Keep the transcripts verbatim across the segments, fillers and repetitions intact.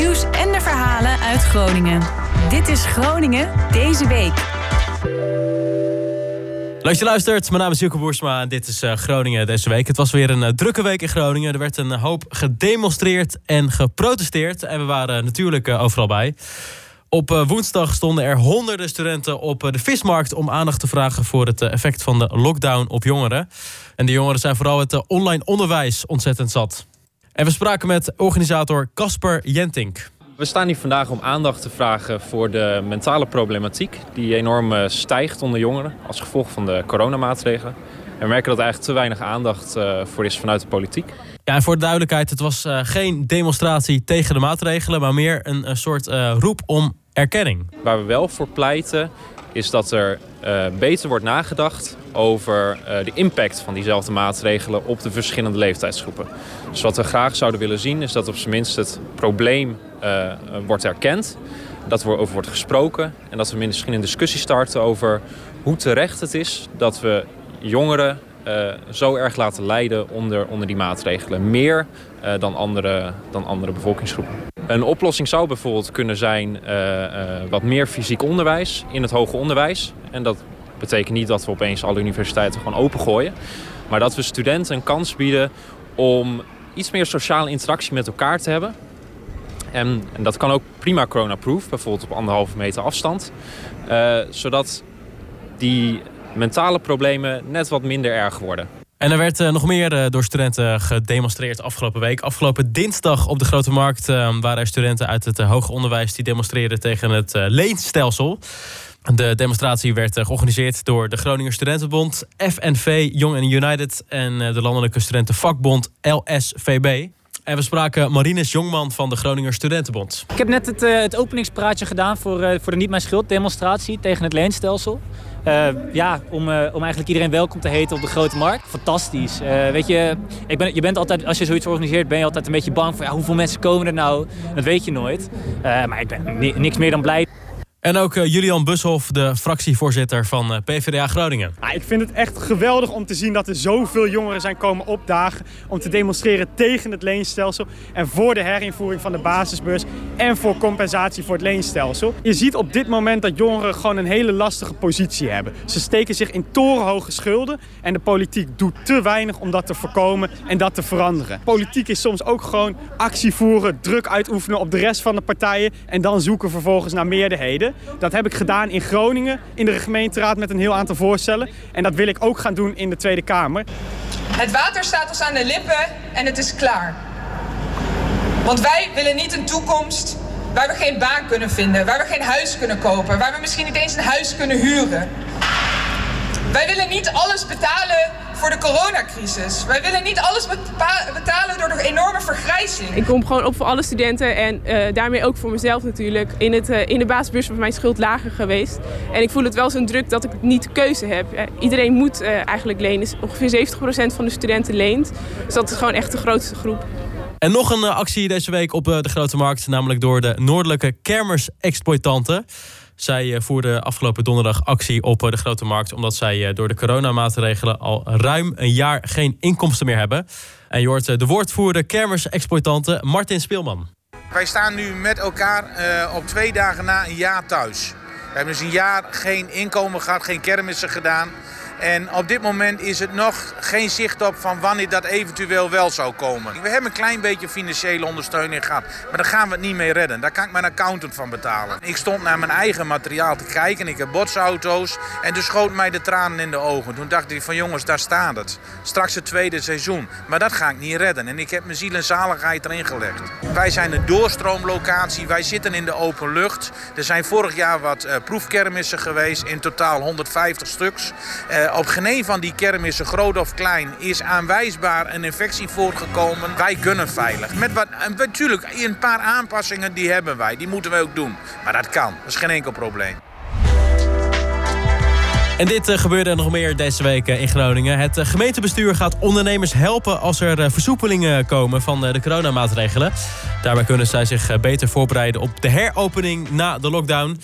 nieuws en de verhalen uit Groningen. Dit is Groningen deze week. Leuk dat je luistert. Mijn naam is Jukka Boersma en dit is uh, Groningen deze week. Het was weer een uh, drukke week in Groningen. Er werd een hoop gedemonstreerd en geprotesteerd. En we waren uh, natuurlijk uh, overal bij. Op uh, woensdag stonden er honderden studenten op uh, de vismarkt om aandacht te vragen voor het uh, effect van de lockdown op jongeren. En de jongeren zijn vooral het uh, online onderwijs ontzettend zat. En we spraken met organisator Casper Jentink. We staan hier vandaag om aandacht te vragen voor de mentale problematiek die enorm uh, stijgt onder jongeren als gevolg van de coronamaatregelen. En we merken dat er eigenlijk te weinig aandacht uh, voor is vanuit de politiek. Ja, en voor de duidelijkheid, het was uh, geen demonstratie tegen de maatregelen, maar meer een, een soort uh, roep om erkenning. Waar we wel voor pleiten is dat er uh, beter wordt nagedacht over uh, de impact van diezelfde maatregelen op de verschillende leeftijdsgroepen. Dus wat we graag zouden willen zien is dat op zijn minst het probleem uh, wordt erkend, dat er over wordt gesproken en dat we misschien een discussie starten over hoe terecht het is dat we jongeren uh, zo erg laten lijden onder, onder die maatregelen. Meer uh, dan, andere, dan andere bevolkingsgroepen. Een oplossing zou bijvoorbeeld kunnen zijn uh, uh, wat meer fysiek onderwijs in het hoger onderwijs. En dat betekent niet dat we opeens alle universiteiten gewoon opengooien. Maar dat we studenten een kans bieden om iets meer sociale interactie met elkaar te hebben. En, en dat kan ook prima corona-proof, bijvoorbeeld op anderhalve meter afstand. Uh, zodat die mentale problemen net wat minder erg worden. En er werd uh, nog meer uh, door studenten gedemonstreerd afgelopen week. Afgelopen dinsdag op de Grote Markt uh, waren er studenten uit het uh, hoger onderwijs die demonstreerden tegen het uh, leenstelsel. De demonstratie werd uh, georganiseerd door de Groninger Studentenbond, F N V, Young and United en uh, de Landelijke Studentenvakbond L S V B. En we spraken Marines Jongman van de Groninger Studentenbond. Ik heb net het, uh, het openingspraatje gedaan voor, uh, voor de Niet Mijn Schuld demonstratie tegen het leenstelsel. Uh, ja, om, uh, om eigenlijk iedereen welkom te heten op de Grote Markt. Fantastisch. Uh, weet je, ik ben, je bent altijd, als je zoiets organiseert, ben je altijd een beetje bang voor ja, hoeveel mensen komen er nou. Dat weet je nooit. Uh, maar ik ben ni- niks meer dan blij. En ook uh, Julian Bushoff, de fractievoorzitter van uh, P v d A Groningen. Ja, ik vind het echt geweldig om te zien dat er zoveel jongeren zijn komen opdagen om te demonstreren tegen het leenstelsel en voor de herinvoering van de basisbeurs en voor compensatie voor het leenstelsel. Je ziet op dit moment dat jongeren gewoon een hele lastige positie hebben. Ze steken zich in torenhoge schulden en de politiek doet te weinig om dat te voorkomen en dat te veranderen. Politiek is soms ook gewoon actie voeren, druk uitoefenen op de rest van de partijen en dan zoeken vervolgens naar meerderheden. Dat heb ik gedaan in Groningen, in de gemeenteraad met een heel aantal voorstellen. En dat wil ik ook gaan doen in de Tweede Kamer. Het water staat ons aan de lippen en het is klaar. Want wij willen niet een toekomst waar we geen baan kunnen vinden, waar we geen huis kunnen kopen, waar we misschien niet eens een huis kunnen huren. Wij willen niet alles betalen voor de coronacrisis. Wij willen niet alles bepa- betalen door de enorme vergrijzing. Ik kom gewoon op voor alle studenten en uh, daarmee ook voor mezelf natuurlijk. In, het, uh, in de basisbeurs was mijn schuld lager geweest. En ik voel het wel zo'n druk dat ik niet de keuze heb. Uh, iedereen moet uh, eigenlijk lenen. Dus ongeveer zeventig procent van de studenten leent. Dus dat is gewoon echt de grootste groep. En nog een uh, actie deze week op uh, de Grote Markt. Namelijk door de Noordelijke Kermisexploitanten. Zij uh, voerden afgelopen donderdag actie op uh, de Grote Markt, omdat zij uh, door de coronamaatregelen al ruim een jaar geen inkomsten meer hebben. En je hoort uh, de woordvoerder kermisexploitanten Martin Speelman. Wij staan nu met elkaar uh, op twee dagen na een jaar thuis. We hebben dus een jaar geen inkomen gehad, geen kermissen gedaan. En op dit moment is het nog geen zicht op van wanneer dat eventueel wel zou komen. We hebben een klein beetje financiële ondersteuning gehad, maar daar gaan we het niet mee redden. Daar kan ik mijn accountant van betalen. Ik stond naar mijn eigen materiaal te kijken, ik heb botsauto's en toen schoot mij de tranen in de ogen. Toen dacht ik van jongens, daar staat het. Straks het tweede seizoen, maar dat ga ik niet redden. En ik heb mijn ziel en zaligheid erin gelegd. Wij zijn een doorstroomlocatie, wij zitten in de open lucht. Er zijn vorig jaar wat uh, proefkermissen geweest, in totaal honderdvijftig stuks. Uh, Op geen een van die kermissen, groot of klein, is aanwijsbaar een infectie voortgekomen. Wij kunnen veilig. Met wat, natuurlijk, een paar aanpassingen die hebben wij. Die moeten we ook doen. Maar dat kan. Dat is geen enkel probleem. En dit uh, gebeurde nog meer deze week uh, in Groningen. Het uh, gemeentebestuur gaat ondernemers helpen als er uh, versoepelingen komen van uh, de coronamaatregelen. Daarbij kunnen zij zich uh, beter voorbereiden op de heropening na de lockdown.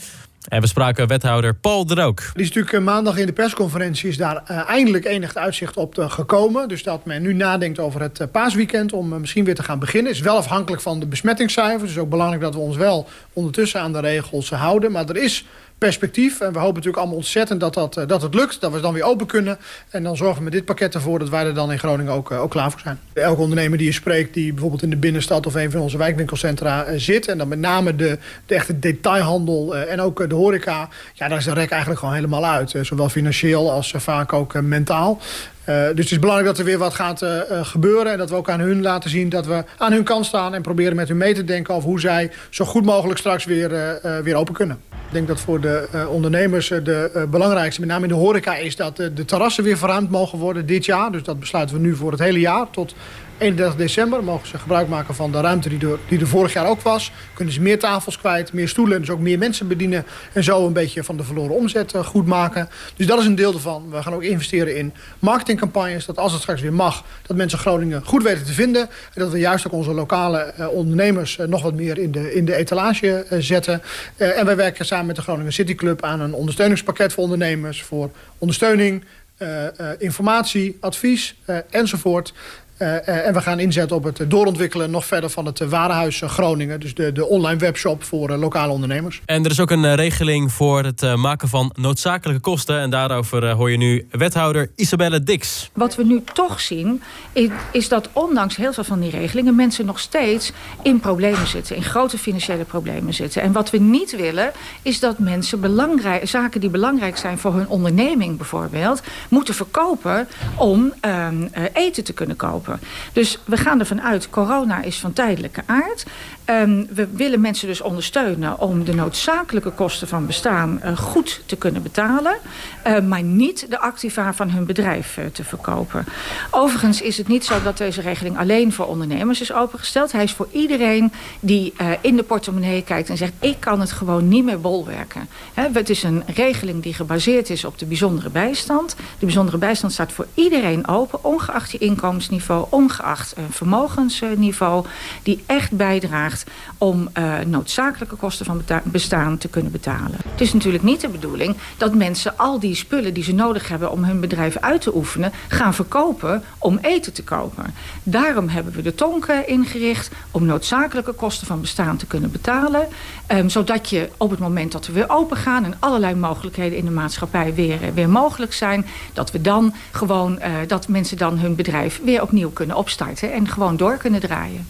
En we spraken wethouder Paul de Rook. Die is natuurlijk uh, maandag in de persconferentie is daar uh, eindelijk enig uitzicht op te gekomen. Dus dat men nu nadenkt over het uh, paasweekend om uh, misschien weer te gaan beginnen. Is wel afhankelijk van de besmettingscijfers. Het is ook belangrijk dat we ons wel ondertussen aan de regels uh, houden. Maar er is perspectief. En we hopen natuurlijk allemaal ontzettend dat, dat, uh, dat het lukt. Dat we dan weer open kunnen. En dan zorgen we met dit pakket ervoor dat wij er dan in Groningen ook, uh, ook klaar voor zijn. Elke ondernemer die je spreekt, die bijvoorbeeld in de binnenstad of een van onze wijkwinkelcentra uh, zit. En dan met name de, de echte detailhandel uh, en ook uh, de horeca. Ja, daar is de rek eigenlijk gewoon helemaal uit. Uh, zowel financieel als uh, vaak ook uh, mentaal. Uh, dus het is belangrijk dat er weer wat gaat uh, gebeuren. En dat we ook aan hun laten zien dat we aan hun kant staan. En proberen met hun mee te denken over hoe zij zo goed mogelijk straks weer, uh, uh, weer open kunnen. Ik denk dat voor de uh, ondernemers uh, de uh, belangrijkste, met name in de horeca, is dat uh, de terrassen weer verruimd mogen worden dit jaar. Dus dat besluiten we nu voor het hele jaar. Tot eenendertig december mogen ze gebruik maken van de ruimte die er, die er vorig jaar ook was. Kunnen ze meer tafels kwijt, meer stoelen, dus ook meer mensen bedienen. En zo een beetje van de verloren omzet uh, goed maken. Dus dat is een deel ervan. We gaan ook investeren in marketingcampagnes. Dat als het straks weer mag, dat mensen Groningen goed weten te vinden. En dat we juist ook onze lokale uh, ondernemers uh, nog wat meer in de, in de etalage uh, zetten. Uh, en wij werken samen met de Groningen City Club aan een ondersteuningspakket voor ondernemers. Voor ondersteuning, uh, uh, informatie, advies uh, enzovoort. Uh, uh, en we gaan inzetten op het doorontwikkelen nog verder van het uh, Warenhuis uh, Groningen. Dus de, de online webshop voor uh, lokale ondernemers. En er is ook een uh, regeling voor het uh, maken van noodzakelijke kosten. En daarover uh, hoor je nu wethouder Isabelle Dix. Wat we nu toch zien, is, is dat ondanks heel veel van die regelingen mensen nog steeds in problemen zitten. In grote financiële problemen zitten. En wat we niet willen, is dat mensen belangrijk, zaken die belangrijk zijn voor hun onderneming bijvoorbeeld, moeten verkopen om uh, eten te kunnen kopen. Dus we gaan ervan uit, corona is van tijdelijke aard. Um, we willen mensen dus ondersteunen om de noodzakelijke kosten van bestaan uh, goed te kunnen betalen. Uh, maar niet de activa van hun bedrijf uh, te verkopen. Overigens is het niet zo dat deze regeling alleen voor ondernemers is opengesteld. Hij is voor iedereen die uh, in de portemonnee kijkt en zegt, ik kan het gewoon niet meer bolwerken. He, het is een regeling die gebaseerd is op de bijzondere bijstand. De bijzondere bijstand staat voor iedereen open, ongeacht je inkomensniveau, ongeacht uh, vermogensniveau, die echt bijdraagt om uh, noodzakelijke kosten van beta- bestaan te kunnen betalen. Het is natuurlijk niet de bedoeling dat mensen al die spullen die ze nodig hebben om hun bedrijf uit te oefenen, gaan verkopen om eten te kopen. Daarom hebben we de tonken ingericht om noodzakelijke kosten van bestaan te kunnen betalen. Um, zodat je op het moment dat we weer open gaan en allerlei mogelijkheden in de maatschappij weer, weer mogelijk zijn, dat we dan gewoon, uh, dat mensen dan hun bedrijf weer opnieuw kunnen opstarten en gewoon door kunnen draaien.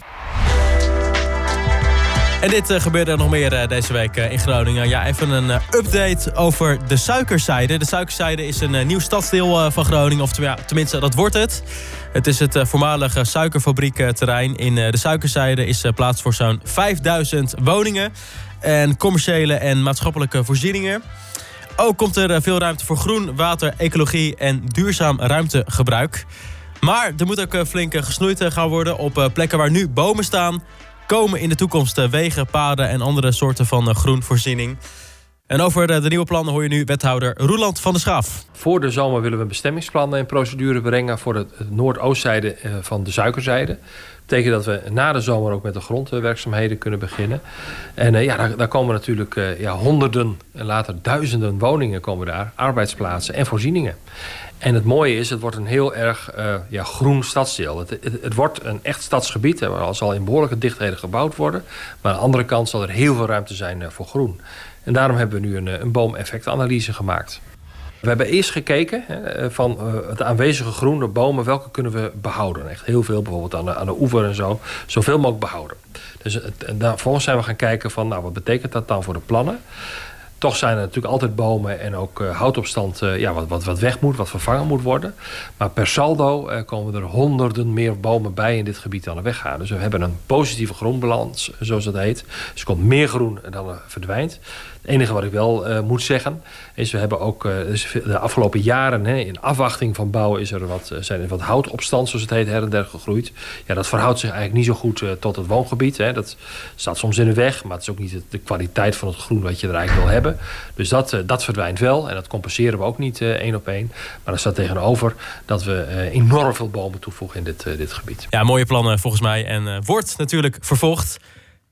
En dit uh, gebeurde nog meer uh, deze week uh, in Groningen. Ja, even een uh, update over de Suikerzijde. De Suikerzijde is een uh, nieuw stadsdeel uh, van Groningen. Of ja, tenminste, dat wordt het. Het is het uh, voormalige suikerfabriekterrein. In uh, de Suikerzijde is uh, plaats voor zo'n vijfduizend woningen. En commerciële en maatschappelijke voorzieningen. Ook komt er uh, veel ruimte voor groen, water, ecologie en duurzaam ruimtegebruik. Maar er moet ook uh, flink uh, gesnoeid uh, gaan worden op uh, plekken waar nu bomen staan. Komen in de toekomst uh, wegen, paden en andere soorten van uh, groenvoorziening. En over de, de nieuwe plannen hoor je nu wethouder Roeland van der Schaaf. Voor de zomer willen we een bestemmingsplan in procedure brengen voor de noordoostzijde van de Suikerzijde. Dat betekent dat we na de zomer ook met de grondwerkzaamheden kunnen beginnen. En uh, ja, daar, daar komen natuurlijk uh, ja, honderden en later duizenden woningen komen daar, arbeidsplaatsen en voorzieningen. En het mooie is, het wordt een heel erg uh, ja, groen stadsdeel. Het, het, het wordt een echt stadsgebied, hè, waar zal in behoorlijke dichtheden gebouwd worden. Maar aan de andere kant zal er heel veel ruimte zijn uh, voor groen. En daarom hebben we nu een, een boomeffectanalyse gemaakt. We hebben eerst gekeken hè, van uh, het aanwezige groen, de bomen, welke kunnen we behouden. Echt heel veel, bijvoorbeeld aan de, aan de oever en zo. Zoveel mogelijk behouden. Dus het, en daar, vervolgens zijn we gaan kijken van, nou, wat betekent dat dan voor de plannen? Toch zijn er natuurlijk altijd bomen en ook uh, houtopstand uh, ja, wat, wat, wat weg moet, wat vervangen moet worden. Maar per saldo uh, komen er honderden meer bomen bij in dit gebied dan er weggaan. Dus we hebben een positieve groenbalans, zoals dat heet. Dus er komt meer groen dan er verdwijnt. Het enige wat ik wel uh, moet zeggen is, we hebben ook uh, de afgelopen jaren hè, in afwachting van bouwen is er wat, zijn er wat houtopstand, zoals het heet, her en der gegroeid. Ja, dat verhoudt zich eigenlijk niet zo goed uh, tot het woongebied. Hè. Dat staat soms in de weg, maar het is ook niet de kwaliteit van het groen wat je er eigenlijk wil hebben. Dus dat, uh, dat verdwijnt wel en dat compenseren we ook niet uh, één op één. Maar er staat tegenover dat we uh, enorm veel bomen toevoegen in dit, uh, dit gebied. Ja, mooie plannen volgens mij en uh, wordt natuurlijk vervolgd.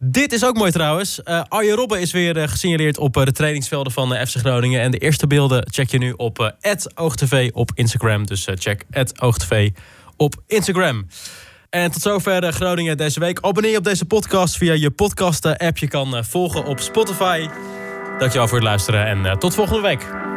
Dit is ook mooi trouwens. Uh, Arjen Robben is weer uh, gesignaleerd op uh, de trainingsvelden van uh, F C Groningen. En de eerste beelden check je nu op uh, at oogtv op Instagram. Dus uh, check at oogtv op Instagram. En tot zover uh, Groningen deze week. Abonneer je op deze podcast via je podcast-app. Je kan uh, volgen op Spotify. Dankjewel voor het luisteren en uh, tot volgende week.